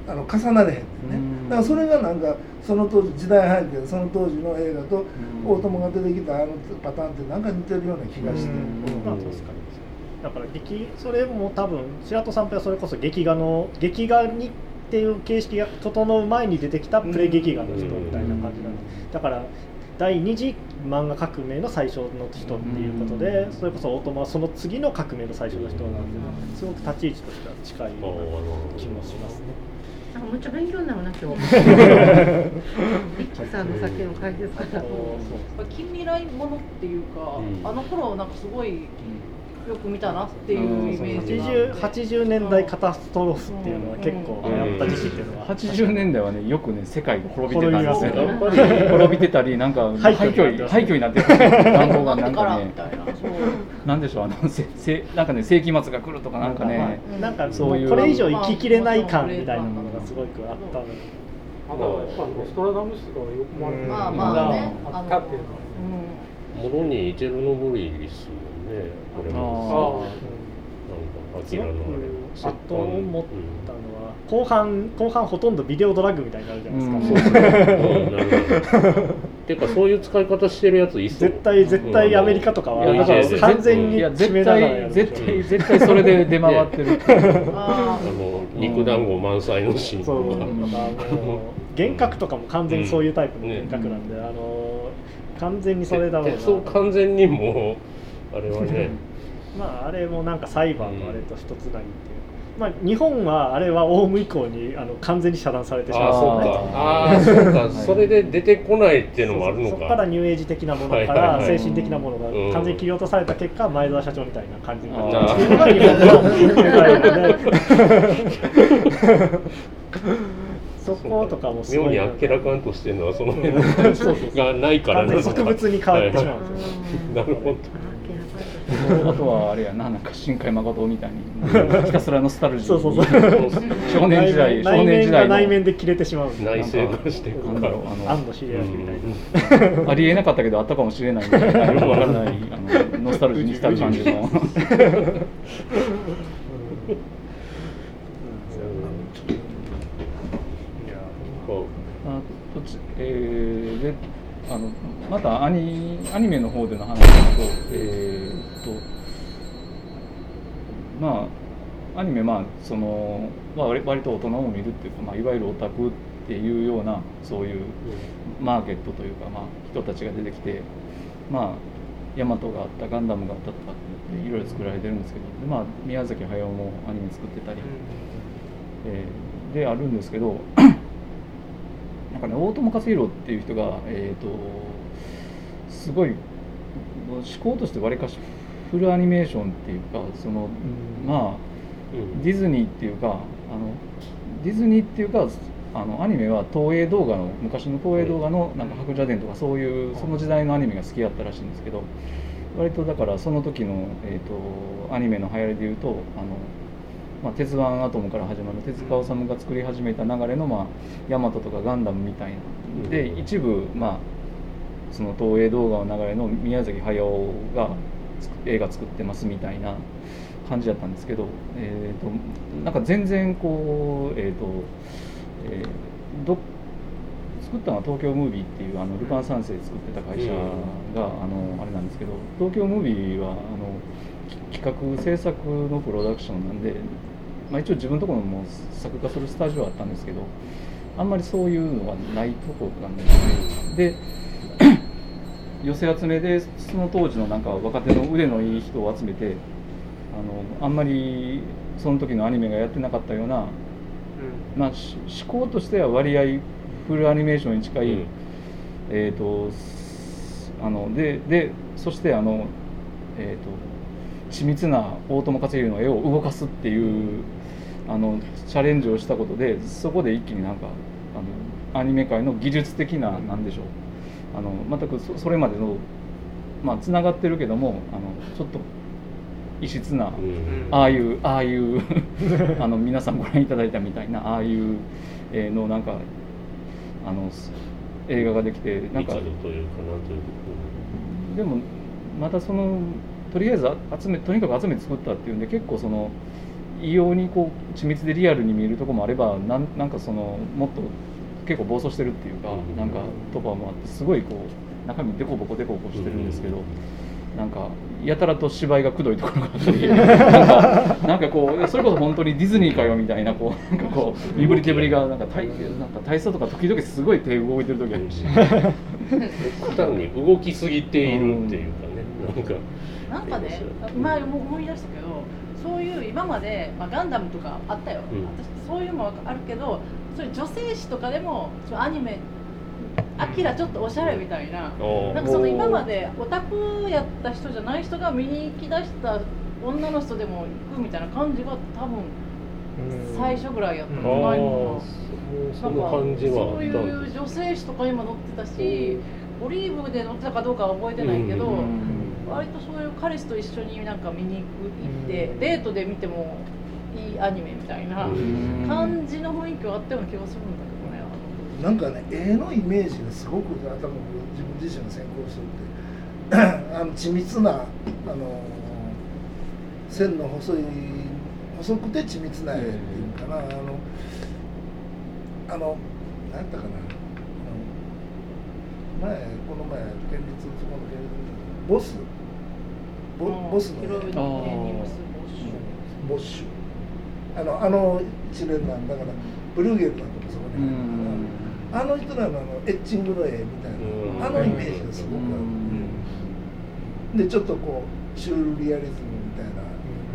重なれへんね、だからそれがなんかその当時時代背景でその当時の映画と大友が出てきたパターンってなんか似てるような気がして、 まあ確かにだからそれも多分白戸三平はそれこそ劇画にっていう形式が整う前に出てきたプレ劇画の人みたいな感じなんで、だから第二次漫画革命の最初の人っていうことで、それこそ大友はその次の革命の最初の人なんで、すごく立ち位置としては近いような気もしますね。 めっちゃ勉強になるな今日。リッチさんの先の解説から。 近未来ものっていうか、あの頃なんかすごいよく見たなっていうイメージが。 80年代カタストロフっていうのは結構やった時期っていうのは。 80年代はねよくね世界が滅びてたんですね。滅びてたりなんか廃墟になってた乱暴がなんかね。なんでしょうなんかね世紀末が来るとかなんかね、 なんかそういうこれ以上生ききれない感みたいなものがすごくあったので、 やっぱノストラダムスがよく回ってるあったっていうのはものにチェルノブイリですもんね、これもなんかアキラのあれあと思ったのは後半ほとんどビデオドラッグみたいになるじゃないですか。 なるほど。てかそういう使い方してるやついそう。 絶対アメリカとかは完全に絶対それで出回ってる。 肉団子満載のシーンとか。 幻覚とかも完全にそういうタイプの幻覚なんで、完全にそれだろうな。 そう完全にもうあれはね。 まああれもなんかサイバーのあれと一つなぎっていう。まあ日本はあれはオウム以降に完全に遮断されてしまう。 そうか。それで出てこないっていうのもあるのか。 そこからニューエイジ的なものから精神的なものが完全に切り落とされた結果、前澤社長みたいな感じになっちゃうっていうのが日本のそことかもすごい妙にあっけらかんとしてるのはその辺がないからな植物に変わってしまう。 なるほど。 あとはあれやなんか新海誠みたいにひたすらノスタルジー少年時代内面で切れてしまう。 内省化していくから安野秀明みたいなありえなかったけどあったかもしれないみたいなよくわからないノスタルジーに浸る感じのでまたアニメの方での話だと、まあアニメその、割と大人も見るっていうか、いわゆるオタクっていうようなそういうマーケットというか、人たちが出てきて、ヤマトがあったガンダムがあったとかっていろいろ作られてるんですけど、宮崎駿もアニメ作ってたり、であるんですけど。なんかね、大友克洋っていう人が、すごい思考としてわりかしフルアニメーションっていうかディズニーっていうかアニメは東映動画の昔の東映動画のなんか白蛇伝とかそういうその時代のアニメが好きだったらしいんですけど、割とだからその時の、アニメの流行りでいうと鉄腕アトムから始まる手塚治虫が作り始めた流れのヤマトとかガンダムみたいなで一部その東映動画の流れの宮崎駿が映画作ってますみたいな感じだったんですけど、なんか全然こう作ったのは東京ムービーっていうルパン三世作ってた会社があれなんですけど、東京ムービーは企画制作のプロダクションなんで、一応自分のところも作画するスタジオはあったんですけど、あんまりそういうのがないところなんですね。で寄せ集めでその当時のなんか若手の腕のいい人を集めてあんまりその時のアニメがやってなかったような、思考としては割合フルアニメーションに近い、そして緻密な大友克洋の絵を動かすっていうチャレンジをしたことで、そこで一気になんかアニメ界の技術的ななんでしょう全くそれまでのつながってるけどもちょっと異質な、ああいう皆さんご覧いただいたみたいなああいうのなんか映画ができてなんかでもまたとりあえずとにかく集めて作ったっていうんで結構異様にこう緻密でリアルに見えるところもあれば、なんかそのもっと結構暴走してるっていうか、なんかとかもあって、すごいこう中身デコボコしてるんですけど、なんかやたらと芝居がくどいところがあったりなんかこうそれこそ本当にディズニーかよみたいな、こうなんかこう身振り手振りがなんか体操とか時々すごい手動いてる時あるし単に動きすぎているっていうかね、 なんかね、今思い出したけど、そういう今まで、ガンダムとかあったよ、私そういうのもあるけど、そういう女性誌とかでもアニメアキラちょっとおしゃれみたいな、なんかその今までオタクやった人じゃない人が見に行きだした女の人でも行くみたいな感じが多分最初ぐらいやったんじゃないのかな。 その感じはそういう女性誌とか今載ってたし、オリーブで載ってたかどうかは覚えてないけど、割とそういう彼氏と一緒になんか見に行ってデートで見てもいいアニメみたいな感じの雰囲気はあったような気がするんだけどね。 なんかね、絵のイメージがすごく頭も自分自身が先行してて緻密な線の細くて緻密な絵っていうかな、なんやったかな、この前県立そこの県立ボスのボッシュ一連なんだからブルーゲルだとかそこにあの人らのエッチングの絵みたいなあのイメージがすごくある、でちょっとこうシュールリアリズムみたいな、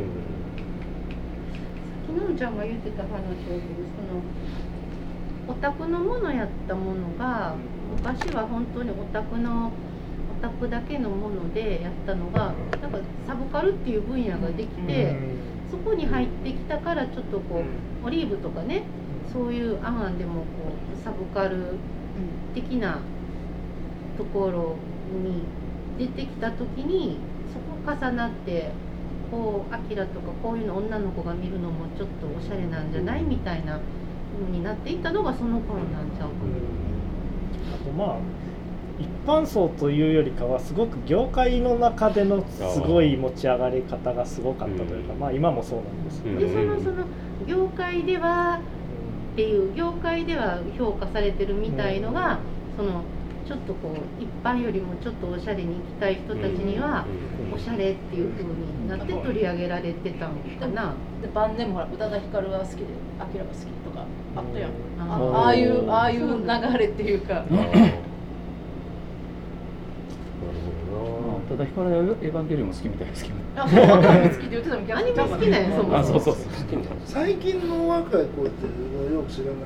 きのんちゃんが言ってた話はそのオタクのものやったものが昔は本当にオタクだけのものでやったのがなんかサブカルっていう分野ができて、そこに入ってきたからちょっとこうオリーブとかね、そういうアンでもこうサブカル的なところに出てきた時にそこ重なってこうアキラとかこういうの女の子が見るのもちょっとおしゃれなんじゃないみたいな風になっていったのがその頃なんちゃうかな。 あと一般層というよりかはすごく業界の中でのすごい持ち上がり方がすごかったというか、今もそうなんですけど、 でその業界ではっていう業界では評価されてるみたいのが、そのちょっとこう一般よりもちょっとおしゃれに行きたい人たちにはおしゃれっていう風になって取り上げられてたのかな。 で晩年もほら宇多田ヒカルが好きでアキラが好きとかあったやん。ああいう流れっていうか。 ただヒカルはエヴァンゲリオンも好きみたいですけど、 あ、そう、アニメ好きって言ってたみたいな。 アニメ好きなんや、 そう最近の若い子ってよく知らない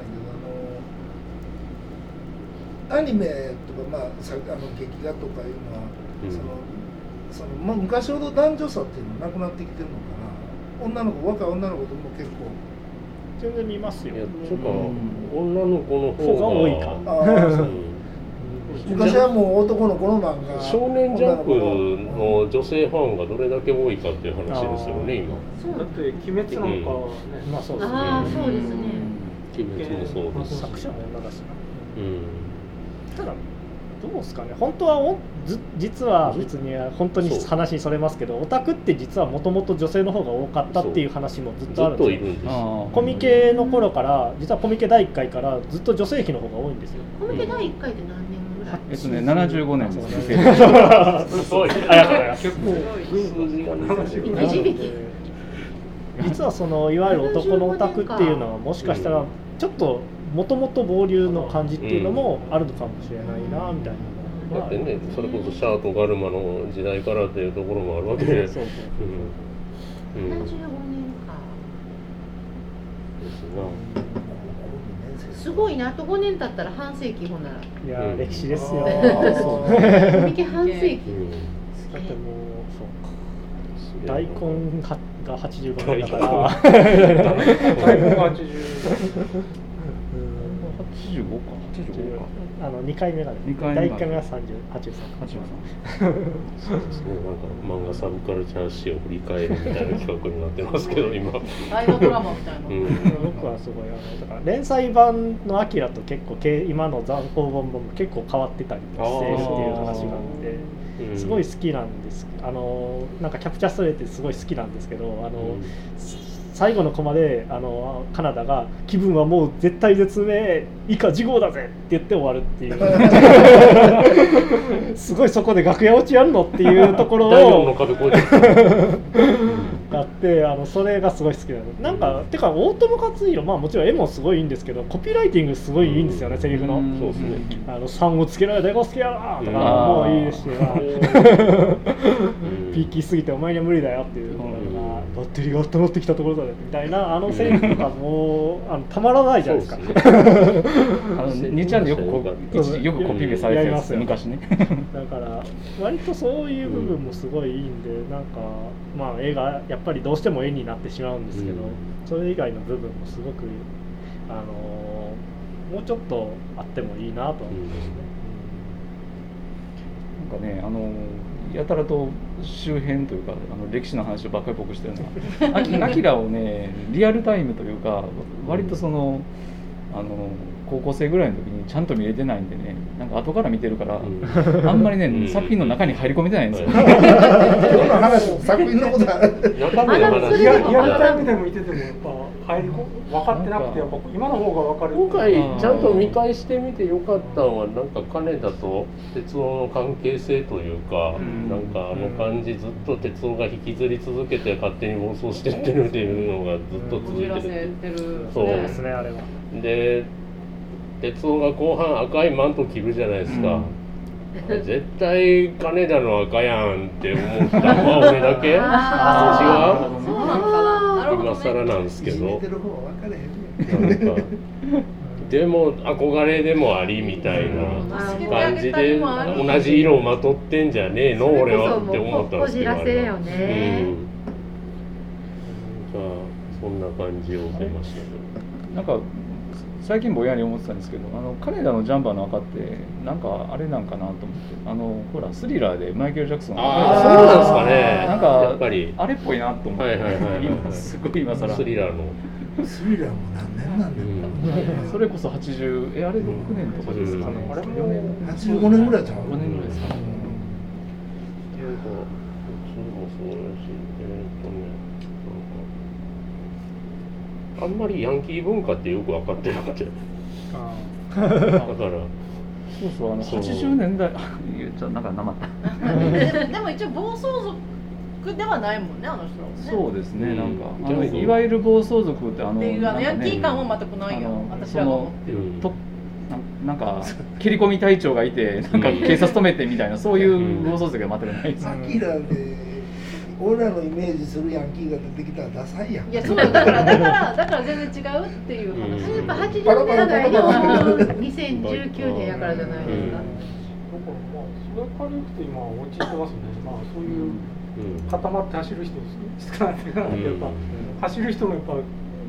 けど、アニメとか劇画とかいうのは、昔ほど男女差っていうのはなくなってきてるのかな。若い女の子でも結構全然見ますよ。 ちょっと女の子の方が多いか。 昔はもう男の子の漫画、 少年ジャンプの女性ファンがどれだけ多いかっていう話ですよね、今。 だって鬼滅なんかはね、 まあそうですね。 ああ、そうですね。 鬼滅もそうです。 作者も女だしな。ただどうですかね。本当は実は別に本当に話にそれますけど、オタクって実はもともと女性の方が多かったっていう話もずっとあるんですよ。コミケの頃から実はコミケ第1回からずっと女性比の方が多いんですよ。 コミケ第1回って何年ぐらい ？75年ですね。 すごい。 結構数字が実はそのいわゆる男のオタクっていうのはもしかしたらちょっともともと暴流の感じっていうのもあるのかもしれないなみたいな。 だってね、それこそシャアとガルマの時代からっていうところもあるわけで。 75年か。すごいな、あと5年経ったら半世紀ほんなら。 いや歴史ですよ。 コミケ半世紀。 だってもうそうか。大根が85年だから。 大根が80。 85か。 2回目がね、第1回目が83。 そうですね、なんか漫画サブカルチャー史を振り返るみたいな企画になってますけど今大河ドラマみたいな。 僕はすごいだから連載版のアキラと結構今の残光本も結構変わってたりしてっていう話があってすごい好きなんです。なんかキャプチャーストレーってすごい好きなんですけど、 最後のコマでカナダが気分はもう絶対絶命以下事項だぜって言って終わるっていうすごいそこで楽屋落ちやるのっていうところを第4の壁越えてがあってそれがすごい好きなのなんかてか大友克洋まあもちろん絵もすごいいいんですけどコピーライティングすごいいいんですよね、セリフのそうですね 3をつけろよデコスケやなとかもういいですしピーキーすぎてお前には無理だよっていうのがバッテリーが温まってきたところだねみたいなセリフとかもうたまらないじゃないですか。 2ちゃんでよくコピーされてるやつ昔ねだから割とそういう部分もすごいいいんでなんかまあ絵がやっぱりどうしても絵になってしまうんですけど、それ以外の部分もすごくもうちょっとあってもいいなと思いますね。 なんかねやたらと周辺というか歴史の話ばっかり僕してるのはアキラをねリアルタイムというか割と高校生ぐらいの時にちゃんと見れてないんでねなんか後から見てるから、あんまりね、作品の中に入り込めてないんですよ。 作品のことはリアルタイムでも見ててもやっぱ分かってなくてやっぱ今の方が分かる。 今回ちゃんと見返してみてよかったのはなんか金田と哲夫の関係性というか、なんか感じずっと哲夫が引きずり続けて勝手に暴走してってるっていうのがずっと続いてる。 そうですねあれは。 で哲夫が後半赤いマント着るじゃないですか、絶対金田の赤やんって思ったのは俺だけ違うそうなのかな。 今更なんですけど見てる方は分からへんねなんかでも憧れでもありみたいな感じで同じ色をまとってんじゃねえの俺はって思ったんですけどこじらせよね、 じゃあそんな感じを受けましたけどなんか最近ぼんやり思ってたんですけど金田のジャンパーの赤ってなんかあれなんかなと思ってほらスリラーでマイケル・ジャクソンそうなんですかねなんかやっぱりあれっぽいなと思って、すごい今更スリラーのスリラーも何年なんだそれこそ80あれ6年とかですかね、 あれも 85年ぐらいちゃう 5年ぐらいですかね、 っていうか普通もそうやしあんまりヤンキー文化ってよく分かってなくてだからそう80年代ちょっとなんかなまったでも一応暴走族ではないもんねあの人はね。 そうですね、なんかいわゆる暴走族ってっていうヤンキー感は全くないよ私らが思ってるなんか切り込み隊長がいてなんか警察止めてみたいなそういう暴走族は全くないです。 アキラで俺らのイメージするヤンキーが出てきたらダサいやん。 いやそうだから全然違うっていう話。 やっぱ80年代の2019年やからじゃないですか。 だからまあそれからいくと今落ちてますね。まあそういう固まって走る人少ないっていうかやっぱ走る人もやっぱね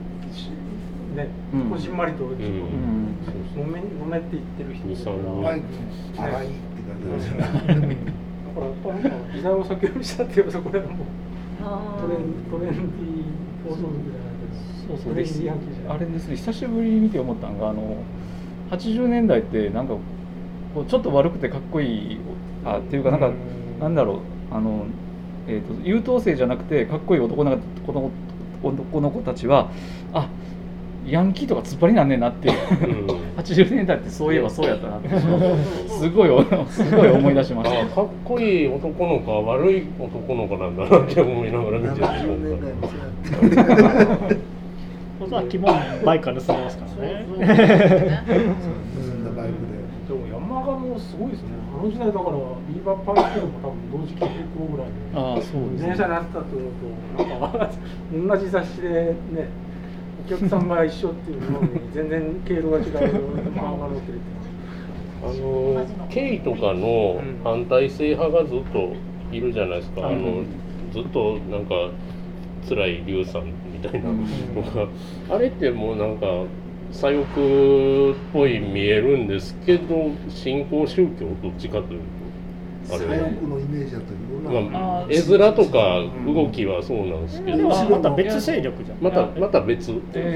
こじんまりとちょっと飲めって言ってる人バイク荒いって感じですね。 だからやっぱ時代を先読みしたっていうとこれはもうトレンディー放送族じゃないけどそうあれですね久しぶりに見て思ったのが80年代ってなんかこうちょっと悪くてかっこいいっていうかなんだろう優等生じゃなくてかっこいい男の子たちはヤンキーとか突っ張りなんねえなっていう80年代ってそういえばそうやったなってすごい思い出しましたかっこいい男の子は悪い男の子なんだなって思いながら見てる本当は基本バイクが盗めますからね盗んだバイクででも山鹿もすごいですねあの時代だからビーバーパークでも多分同時期並行ぐらいでそうですね電車になってたってことなんか同じ雑誌でねお客さんが一緒っていうのに全然経路が違う漫画載ってるってケイとかの反体制派がずっといるじゃないですか、ずっとなんか辛い龍さんみたいなのが、あれってもうなんか左翼っぽい見えるんですけど新興宗教どっちかというと左翼のイメージだったけど絵面とか動きはそうなんですけど、 また別勢力じゃんまた別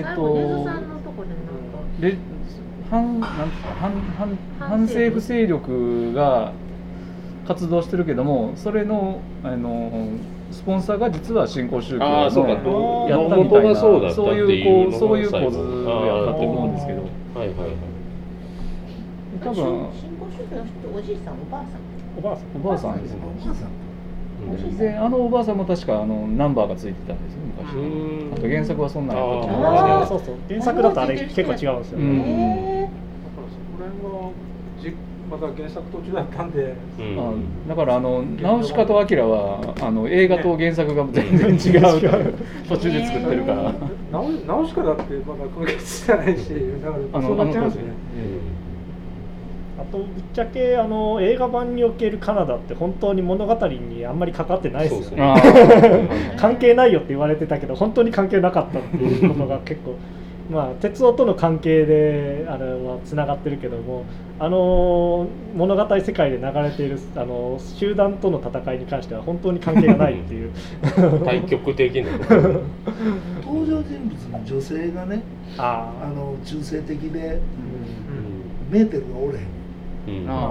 反政府勢力が活動してるけどもそれのスポンサーが実は新興宗教ああそうか、 やったみたいな、 そうだったっていうのがそういう構図最後やったと思うんですけど、 はいはいはい。 多分新興宗教の人おじいさんおばあさんおばあさんおばあさんですね。 おばあさんでおばあさんも確かナンバーがついてたんですよ昔。あと原作はそんなんやったと思うんですけど。 そうそう、原作だとあれ結構違うんですよね。 だからそこら辺はまだ原作途中だったんで、 だからナウシカとアキラは映画と原作が全然違う途中で作ってるからナウシカだってまだ完結じゃないし、だからそうなっちゃうんですよね。 あとぶっちゃけ映画版におけるカナダって本当に物語にあんまりかかってないですよね。関係ないよって言われてたけど本当に関係なかったっていうことが結構まあ鉄道との関係であれはつながってるけども、物語世界で流れている集団との戦いに関しては本当に関係がないっていう対極的な登場人物の女性がね中性的で、メーテルがおれへん。 あ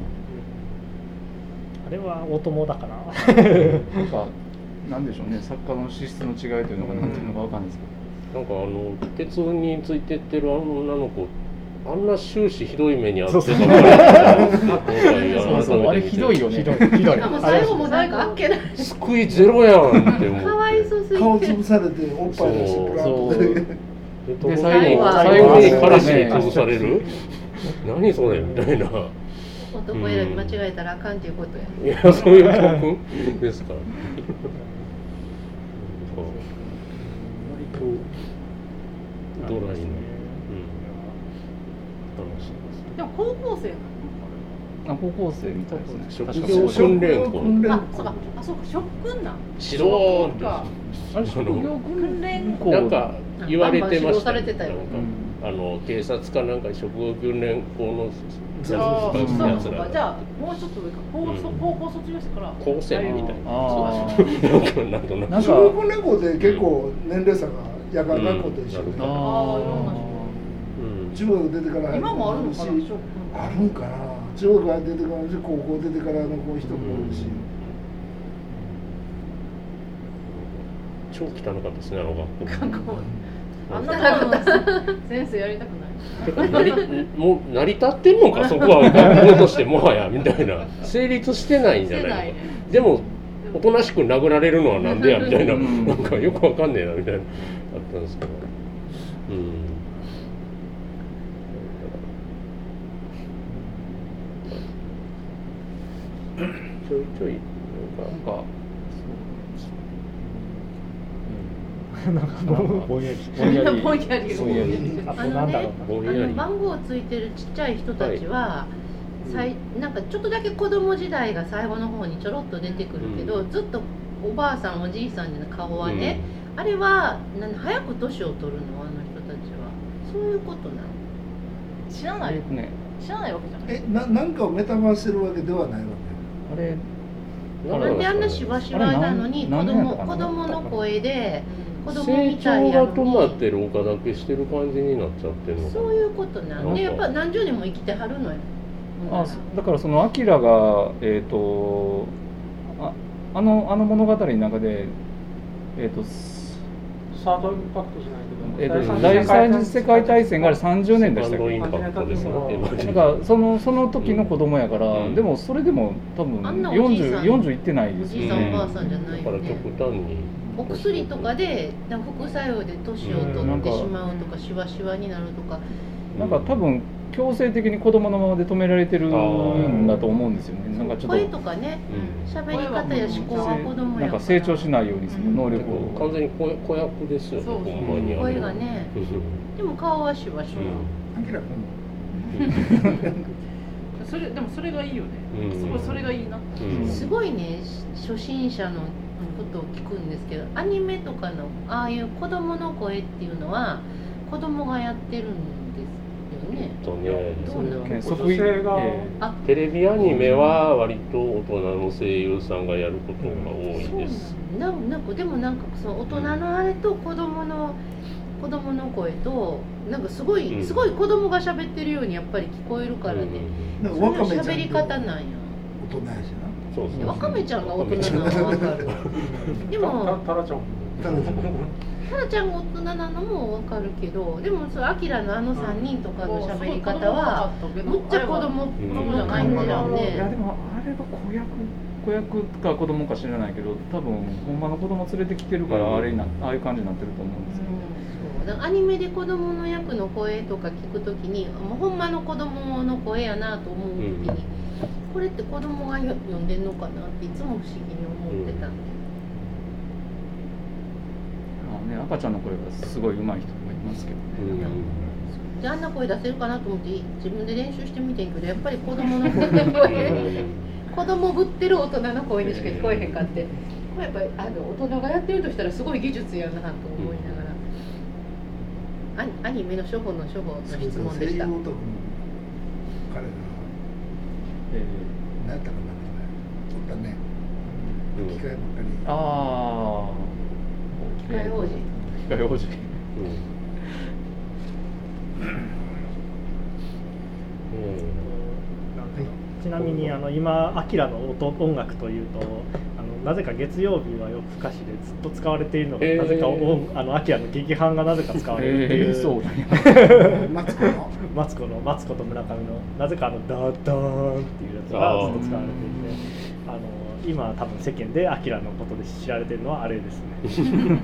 れは大友だからなんかなんでしょうね、作家の資質の違いというのが何ていうのかわかんないですけど、 なんか鉄についてってる女の子あんな終始ひどい目にあってたからそうあれひどいよね。ひどい。 しかも最後もなんかあっけない救いゼロやんって思ってかわいそうすぎて顔潰されておっぱい出してプラッとで最後に彼氏に潰される何それみたいな。 男選び間違えたらあかんっていうことや。 いやそういう教訓ですから。割とドライな、話です。 でも高校生高校生みたいですね。 職業訓練校。 そうか職訓なん。 指導か。 職業訓練校なんか言われてました。警察かなんか職業訓練校のじゃあもうちょっと上か。高校卒業してから高専みたいな。 なんか職業訓練校で結構年齢差が夜間学校と一緒で、中学出てから今もあるのかな。 あるんかな。中学が出てから高校出てからのこう人もおるし。 超汚かったですね、あの学校。 あんな先生やりたくない。 成り立ってんのか、そこは学校としてもはやみたいな。成立してないんじゃないの。でもおとなしく殴られるのはなんでやみたいな、なんかよくわかんねえなみたいなあったんですけど。ちょいちょいなんかぼんやり番号ついてるちっちゃい人たちは、なんかちょっとだけ子供時代が最後の方にちょろっと出てくるけど、ずっとおばあさんおじいさんの顔はね、あれは早く年を取るの、あの人たちはそういうことなの。 知らないわけじゃない。 なんかをメタバーしてるわけではないわけ。 あれなんであんなしばしばなのに子供の声で子供みたいやのに成長が止まってる岡だけしてる感じになっちゃってるのかな。 そういうことなんで、やっぱ何十年も生きてはるのよ。 だからそのアキラがあの物語の中でサードインパクトじゃないけど、 第三次世界大戦が30年でしたっけ。 インパクトですね。 だからその時の子供やから、でもそれでも多分40いってないですよね。 おじいさんおばあさんじゃないよね。 だから極端にお薬とかで副作用で年を取ってしまうとか、シワシワになるとか、 なんか多分強制的に子供のままで止められてるんだと思うんですよね。なんかちょっと声とかね、喋り方や思考は子供やから、 なんか成長しないようにする能力を。 完全に子役ですよね。ほんまに声がね。でも顔はシワシワ。 でもそれがいいよね。それがいいな。 すごいね、初心者のことを聞くんですけど、アニメとかのああいう子供の声っていうのは子供がやってるんですよね。どうなの？ テレビアニメは割と大人の声優さんがやることが多いです。 でもなんかその大人のあれと子供の声となんかすごい子供が喋ってるようにやっぱり聞こえるからね。そういう喋り方なんや。 大人やしな。 そうそう。 わかめちゃんが大人なのはわかる。でもタラちゃんタラちゃんが大人なのもわかるけど、でもアキラの3人とかの喋り方はむっちゃ子供じゃないんだよね。 いやでもあれは子役か子供か知らないけど、多分ほんまの子供連れてきてるからああいう感じになってると思うんですけど。 アニメで子供の役の声とか聞くときに、もうほんまの子供の声やなと思うときに、これって子供が読んでんのかなっていつも不思議に思ってた。 ね、赤ちゃんの声がすごい上手い人もいますけどね。 であんな声出せるかなと思って自分で練習してみてんけど、やっぱり子供の声子供ぶってる大人の声にしか聞こえへんかって、これやっぱり大人がやってるとしたらすごい技術やなと思いながら、アニメの初歩の質問でした。 声優男の彼が何やったかな、撮ったね、機械ばっかり。 ああ。 機械王子。 機械王子。 ちなみに今アキラの音楽というとなぜか月曜日は夜更かしでずっと使われているのが、なぜかアキラの劇伴がなぜか使われるっていう、 そうマツコと村上のなぜかダーダーンっていうやつがずっと使われていて、 今多分世間でアキラのことで知られてるのはあれですね。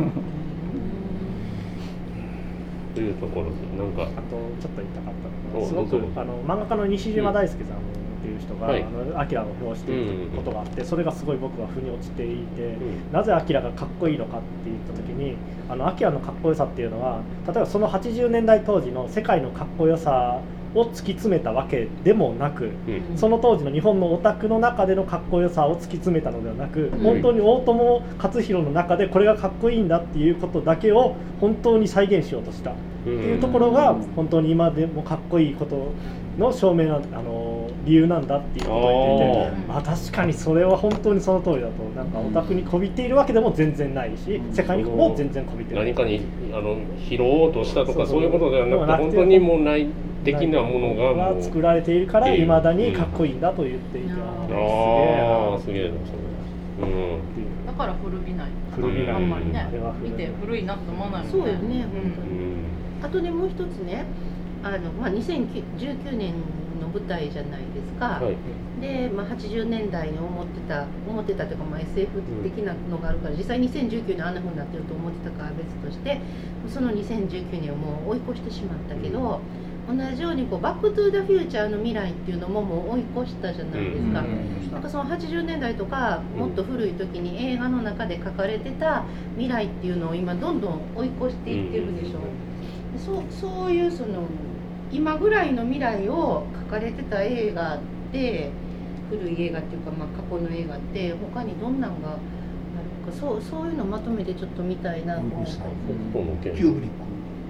というところでなんかあとちょっと言いたかったのが、すごく漫画家の西島大輔さんっていう人がアキラを表していることがあって、それがすごい僕は腑に落ちていて、なぜアキラがかっこいいのかって言った時に、アキラのかっこよさっていうのは、例えばその80年代当時の世界のかっこよさを突き詰めたわけでもなく、その当時の日本のオタクの中でのかっこよさを突き詰めたのではなく、本当に大友克洋の中でこれがかっこいいんだっていうことだけを本当に再現しようとしたっていうところが、本当に今でもかっこいいことの証明な理由なんだっていうことを言っていて、確かにそれは本当にその通りだと。なんかオタクにこびているわけでも全然ないし、世界にも全然こびてない。 何かに拾おうとしたとかそういうことではなくて、本当にもうない的なものが作られているからいまだにかっこいいんだと言っていて、 すげえなそれ。 だから古びない。 古びない。 あんまりね、見て古いなと思わないもんね。 そうよね、本当に。あとね、もう一つね、2019年の舞台じゃないですか。で、80年代に思ってたというか、SF 的なのがあるから、実際2019年あんな風になってると思ってたかは別として、その2019年をもう追い越してしまったけど、同じようにバックトゥーザフューチャーの未来っていうのももう追い越したじゃないですか。なんかその80年代とかもっと古い時に映画の中で描かれてた未来っていうのを今どんどん追い越していってるでしょ。そういう今ぐらいの未来を描かれてた映画って、古い映画っていうか、過去の映画って他にどんなんがあるか、そういうのまとめてちょっと見たいなと思って。 キューブリック。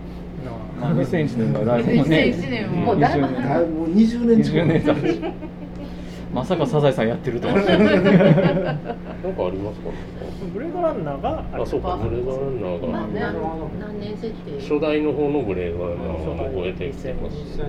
2001年がだいぶね、 2001年もうだいぶもう20年近く。 まさかサザエさんやってるとは。なんかありますか？ ブレードランナーがそうか、ブレードランナーが何年設定？ 初代の方のブレードランナーを超えてきてます。 1000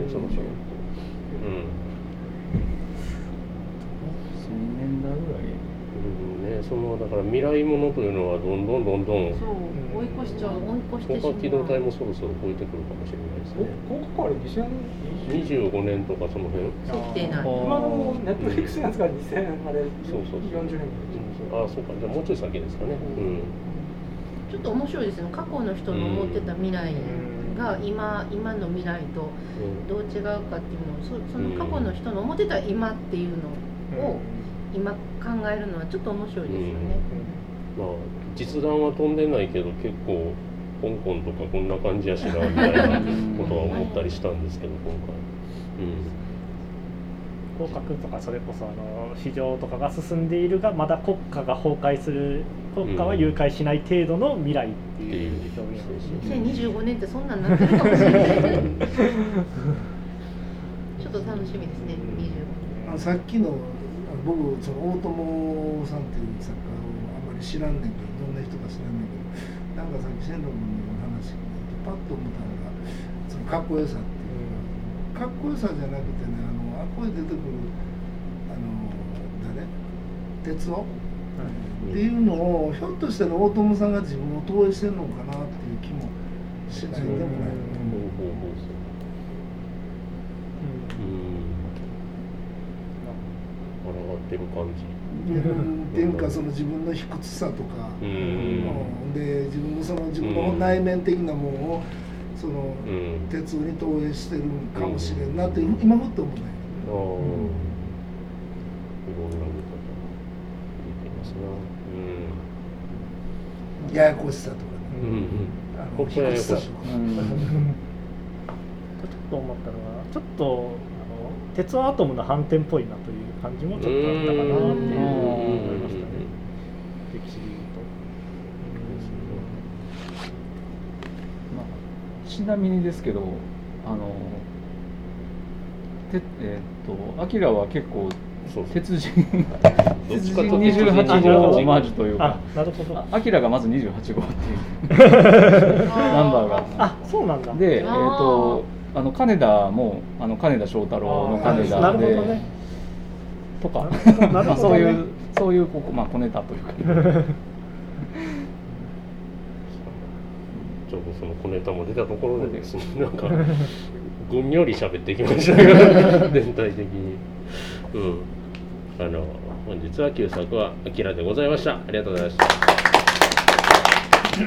年代ぐらい。 だから未来ものというのはどんどんそう追い越しちゃう。 追い越してしまう。 高機動隊もそろそろ超えてくるかもしれないですね。 ここから 25年とかその辺。 設定ない。 今のネットフリックスのやつが2000あれ40年。 そうか、じゃあもうちょい先ですかね。 ちょっと面白いですね。過去の人の思ってた未来が今の未来とどう違うかっていうのを、その過去の人の思ってた今っていうのを今考えるのはちょっと面白いですよね。 実弾は飛んでないけど結構香港とかこんな感じやしなみたいなことは思ったりしたんですけど、今回。 広角とかそれこそ市場とかが進んでいるがまだ国家が崩壊する、国家は誘拐しない程度の未来っていう表現です。 2025年ってそんなんなってるかもしれない。ちょっと楽しみですね。25年。 さっきの僕その大友さんっていう作家をあんまり知らんねんけど、どんな人か知らんねんけど、なんかさっき千堂君の話聞いてパッと思ったのが、そのかっこよさっていうか、かっこよさじゃなくてね、あここに出てくる誰鉄を、っていうのをひょっとして大友さんが自分を投影してるのかなっていう気もしないでもない。 抗ってる感じ。 っていうかその自分の卑屈さとか、で自分のその自分の内面的なものをその鉄に投影してるかもしれんなって今ふっと思うね。 いろんな見方できますな。 ややこしさとかね。 こっちはややこしい。 ちょっと思ったのはちょっと鉄腕アトムの反転っぽいなという感じもちょっとあったかなっていう思いましたね。歴史でいうと。ちなみにですけど、アキラは結構鉄人28号オマージュというか、アキラがまず28号っていうナンバーがそうなんだ。 で、金田も金田翔太郎の金田でとかそういう小ネタというか。 ちょうどその小ネタも出たところでですね、なんかぐんより喋ってきましたけど全体的に。本日は旧作はアキラでございました。ありがとうございました。